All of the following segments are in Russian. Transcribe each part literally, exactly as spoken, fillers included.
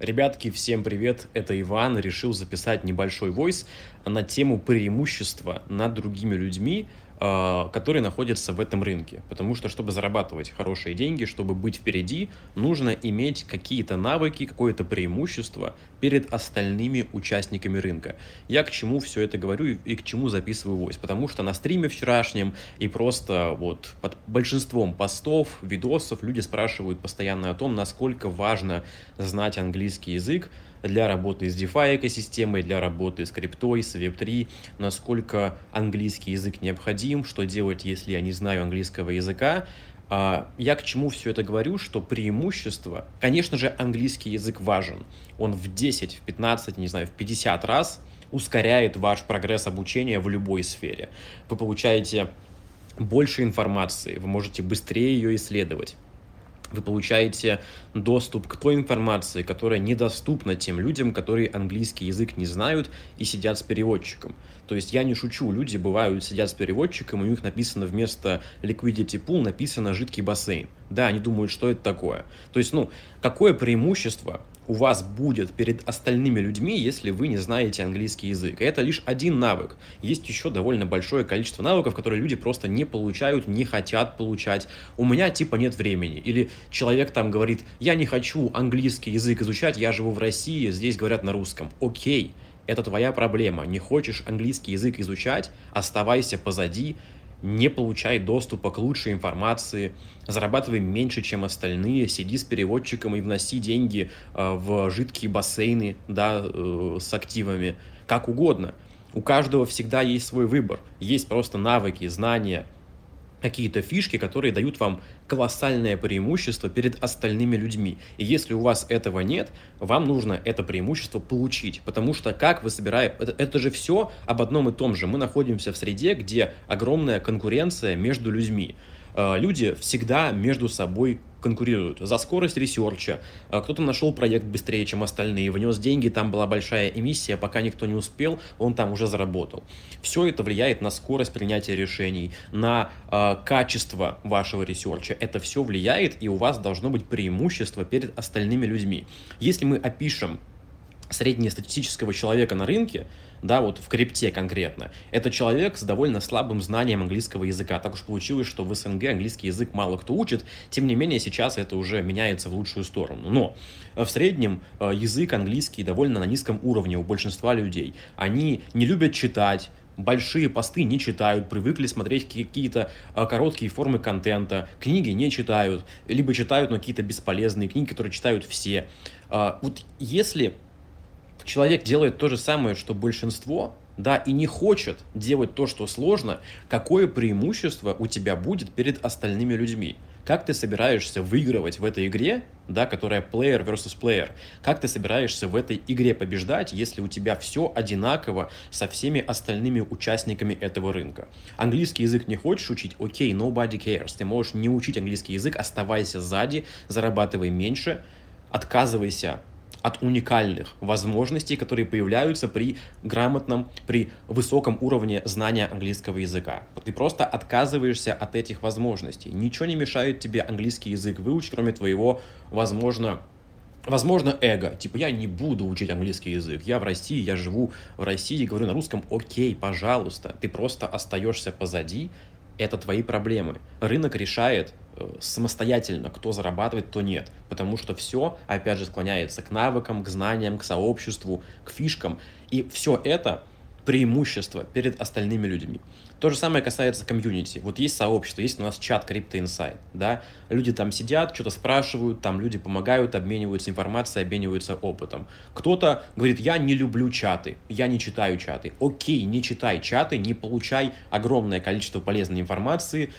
Ребятки, всем привет, это Иван, решил записать небольшой войс на тему преимущества над другими людьми, а, которые находятся в этом рынке. Потому что, чтобы зарабатывать хорошие деньги, чтобы быть впереди, нужно иметь какие-то навыки, какое-то преимущество перед остальными участниками рынка. Я к чему все это говорю и и к чему записываю войс? Потому что на стриме вчерашнем и просто вот под большинством постов, видосов люди спрашивают постоянно о том, насколько важно знать английский язык для работы с DeFi экосистемой, для работы с криптой, с веб три, насколько английский язык необходим, что делать, если я не знаю английского языка. А, Я к чему все это говорю, что преимущество, конечно же, английский язык важен. Он в десять, в пятнадцать, не знаю, в пятьдесят раз ускоряет ваш прогресс обучения в любой сфере. Вы получаете больше информации, вы можете быстрее ее исследовать. Вы получаете доступ к той информации, которая недоступна тем людям, которые английский язык не знают и сидят с переводчиком. То есть я не шучу, люди бывают, сидят с переводчиком, и у них написано вместо liquidity pool написано жидкий бассейн. Да, они думают, что это такое. То есть, ну, какое преимущество у вас будет перед остальными людьми, если вы не знаете английский язык? И это лишь один навык. Есть еще довольно большое количество навыков, которые люди просто не получают, не хотят получать. У меня типа нет времени. Или человек там говорит, я не хочу английский язык изучать, я живу в России, здесь говорят на русском. Окей, это твоя проблема. Не хочешь английский язык изучать, оставайся позади, не получай доступа к лучшей информации, зарабатывай меньше, чем остальные, сиди с переводчиком и вноси деньги э, в жидкие бассейны, да, э, с активами, как угодно. У каждого всегда есть свой выбор, есть просто навыки, знания, какие-то фишки, которые дают вам колоссальное преимущество перед остальными людьми. И если у вас этого нет, вам нужно это преимущество получить. Потому что как вы собираете... Это, это же все об одном и том же. Мы находимся в среде, где огромная конкуренция между людьми. Э, Люди всегда между собой конкурируют за скорость ресерча. Э, Кто-то нашел проект быстрее, чем остальные, внес деньги, там была большая эмиссия, пока никто не успел, он там уже заработал. Все это влияет на скорость принятия решений, на э, качество вашего ресерча. Это все влияет, и у вас должно быть преимущество перед остальными людьми. Если мы опишем среднестатистического человека на рынке, да, вот в крипте конкретно, это человек с довольно слабым знанием английского языка. Так уж получилось, что в СНГ английский язык мало кто учит, тем не менее сейчас это уже меняется в лучшую сторону. Но в среднем э, язык английский довольно на низком уровне у большинства людей. Они не любят читать, большие посты не читают, привыкли смотреть какие-то а, короткие формы контента, книги не читают, либо читают, но какие-то бесполезные книги, которые читают все. А, вот если человек делает то же самое, что большинство, да, и не хочет делать то, что сложно, какое преимущество у тебя будет перед остальными людьми? Как ты собираешься выигрывать в этой игре, да, которая player versus player? Как ты собираешься в этой игре побеждать, если у тебя все одинаково со всеми остальными участниками этого рынка? Английский язык не хочешь учить? Окей, nobody cares. Ты можешь не учить английский язык, оставайся сзади, зарабатывай меньше, отказывайся от уникальных возможностей, которые появляются при грамотном, при высоком уровне знания английского языка. Ты просто отказываешься от этих возможностей. Ничего не мешает тебе английский язык выучить, кроме твоего, возможно, возможно, эго. Типа, я не буду учить английский язык. Я в России, я живу в России, говорю на русском. Окей, пожалуйста. Ты просто остаешься позади. Это твои проблемы. Рынок решает э, самостоятельно, кто зарабатывает, кто нет. Потому что все, опять же, склоняется к навыкам, к знаниям, к сообществу, к фишкам. И все это преимущество перед остальными людьми. То же самое касается комьюнити. Вот есть сообщество, есть у нас чат Crypto Insight, да, люди там сидят, что-то спрашивают, там люди помогают, обмениваются информацией, обмениваются опытом. Кто-то говорит, я не люблю чаты, я не читаю чаты. Окей, не читай чаты, не получай огромное количество полезной информации,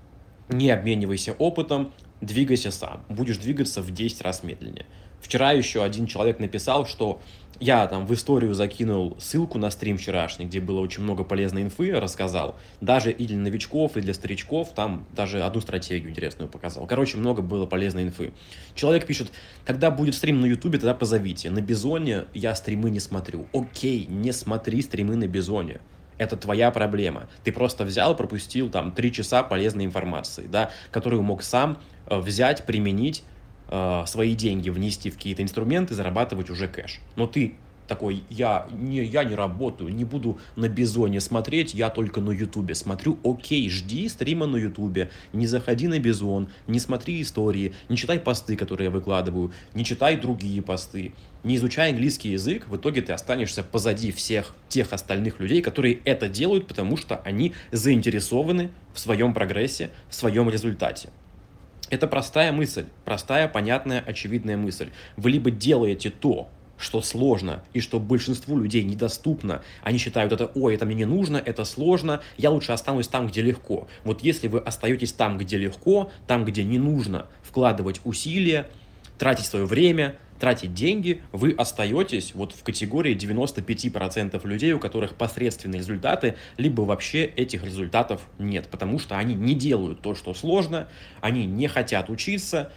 не обменивайся опытом, двигайся сам. Будешь двигаться в десять раз медленнее. Вчера еще один человек написал, что я там в историю закинул ссылку на стрим вчерашний, где было очень много полезной инфы, рассказал. Даже и для новичков, и для старичков, там даже одну стратегию интересную показал. Короче, много было полезной инфы. Человек пишет, когда будет стрим на ютубе, тогда позовите. На Бизоне я стримы не смотрю. Окей, не смотри стримы на Бизоне. Это твоя проблема. Ты просто взял, пропустил там три часа полезной информации, да, которую мог сам э, взять, применить, э, свои деньги внести в какие-то инструменты, зарабатывать уже кэш. Но ты такой, я не, я не работаю, не буду на Бизоне смотреть, я только на Ютубе смотрю. Окей, жди стрима на Ютубе, не заходи на Бизон, не смотри истории, не читай посты, которые я выкладываю, не читай другие посты, не изучай английский язык, в итоге ты останешься позади всех тех остальных людей, которые это делают, потому что они заинтересованы в своем прогрессе, в своем результате. Это простая мысль, простая, понятная, очевидная мысль. Вы либо делаете то, что сложно и что большинству людей недоступно, они считают это, ой, это мне не нужно, это сложно, я лучше останусь там, где легко. Вот если вы остаетесь там, где легко, там, где не нужно вкладывать усилия, тратить свое время, тратить деньги, вы остаетесь вот в категории девяносто пять процентов людей, у которых посредственные результаты, либо вообще этих результатов нет, потому что они не делают то, что сложно, они не хотят учиться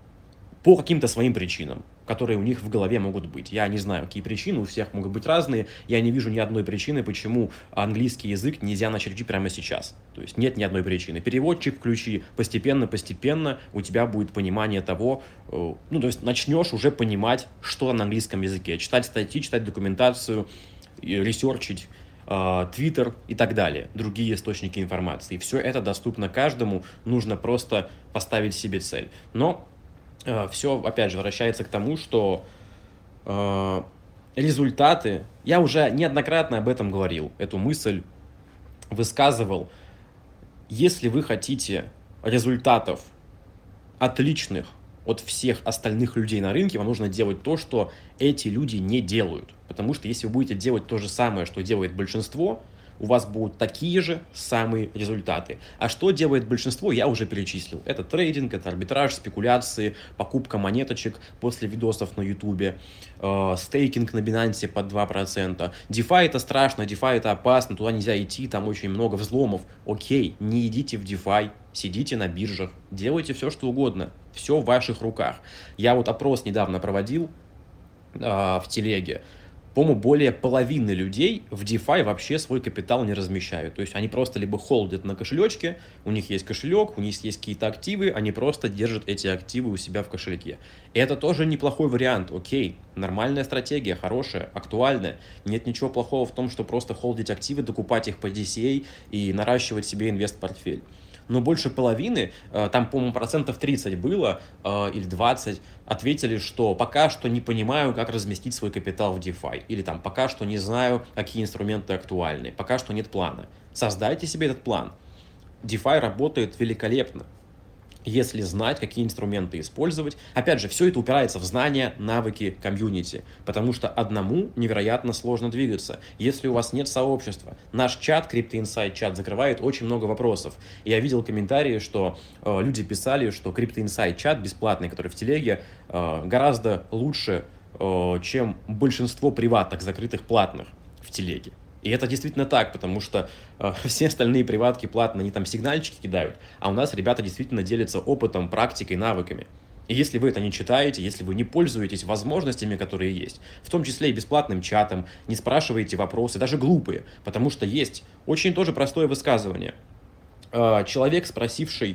по каким-то своим причинам, которые у них в голове могут быть. Я не знаю, какие причины, у всех могут быть разные. Я не вижу ни одной причины, почему английский язык нельзя начать учить прямо сейчас. То есть нет ни одной причины. Переводчик включи, постепенно-постепенно у тебя будет понимание того, ну, то есть начнешь уже понимать, что на английском языке. Читать статьи, читать документацию, ресерчить, Твиттер и так далее, другие источники информации. Все это доступно каждому, нужно просто поставить себе цель. Но все, опять же, возвращается к тому, что э, результаты, я уже неоднократно об этом говорил, эту мысль высказывал, если вы хотите результатов отличных от всех остальных людей на рынке, вам нужно делать то, что эти люди не делают. Потому что если вы будете делать то же самое, что делает большинство, у вас будут такие же самые результаты. А что делает большинство, я уже перечислил. Это трейдинг, это арбитраж, спекуляции, покупка монеточек после видосов на ютубе, э, стейкинг на Binance под два процента. DeFi это страшно, DeFi это опасно, туда нельзя идти, там очень много взломов. Окей, не идите в DeFi, сидите на биржах, делайте все, что угодно. Все в ваших руках. Я вот опрос недавно проводил э, в телеге. По-моему, более половины людей в DeFi вообще свой капитал не размещают. То есть они просто либо холдят на кошелечке, у них есть кошелек, у них есть какие-то активы, они просто держат эти активы у себя в кошельке. И это тоже неплохой вариант, окей, нормальная стратегия, хорошая, актуальная. Нет ничего плохого в том, что просто холдить активы, докупать их по ди си эй и наращивать себе инвест-портфель. Но больше половины, там, по-моему, процентов тридцать было, или двадцать, ответили, что пока что не понимаю, как разместить свой капитал в DeFi. Или там, пока что не знаю, какие инструменты актуальны, пока что нет плана. Создайте себе этот план. DeFi работает великолепно, если знать, какие инструменты использовать. Опять же, все это упирается в знания, навыки, комьюнити, потому что одному невероятно сложно двигаться, если у вас нет сообщества. Наш чат, Crypto Insight чат, закрывает очень много вопросов. И я видел комментарии, что э, люди писали, что Crypto Insight чат бесплатный, который в телеге, э, гораздо лучше, э, чем большинство приватных, закрытых, платных в телеге. И это действительно так, потому что э, все остальные приватки платные, они там сигнальчики кидают, а у нас ребята действительно делятся опытом, практикой, навыками. И если вы это не читаете, если вы не пользуетесь возможностями, которые есть, в том числе и бесплатным чатом, не спрашиваете вопросы, даже глупые, потому что есть очень тоже простое высказывание. Э, человек, спросивший э,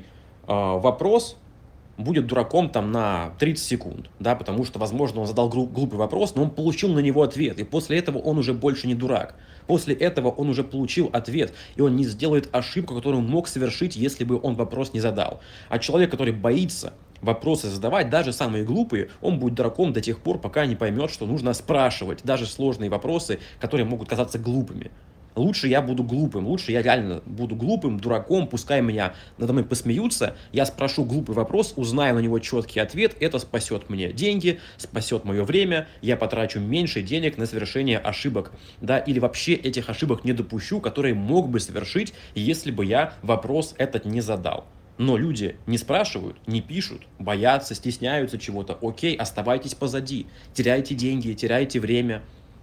вопрос, будет дураком там на тридцать секунд, да, потому что, возможно, он задал глупый вопрос, но он получил на него ответ, и после этого он уже больше не дурак. После этого он уже получил ответ, и он не сделает ошибку, которую он мог совершить, если бы он вопрос не задал. А человек, который боится вопросы задавать, даже самые глупые, он будет дураком до тех пор, пока не поймет, что нужно спрашивать даже сложные вопросы, которые могут казаться глупыми. Лучше я буду глупым, лучше я реально буду глупым, дураком, пускай меня надо мной посмеются, я спрошу глупый вопрос, узнаю на него четкий ответ, это спасет мне деньги, спасет мое время, я потрачу меньше денег на совершение ошибок, да, или вообще этих ошибок не допущу, которые мог бы совершить, если бы я вопрос этот не задал. Но люди не спрашивают, не пишут, боятся, стесняются чего-то, окей, оставайтесь позади, теряйте деньги, теряйте время.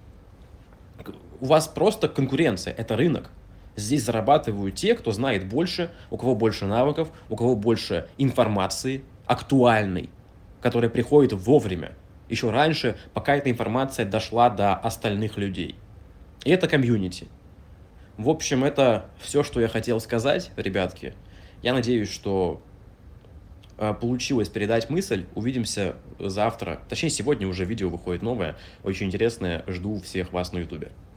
У вас просто конкуренция, это рынок. Здесь зарабатывают те, кто знает больше, у кого больше навыков, у кого больше информации, актуальной, которая приходит вовремя, еще раньше, пока эта информация дошла до остальных людей. И это комьюнити. В общем, это все, что я хотел сказать, ребятки. Я надеюсь, что э, получилось передать мысль. Увидимся завтра. Точнее, сегодня уже видео выходит новое, очень интересное. Жду всех вас на ютубе.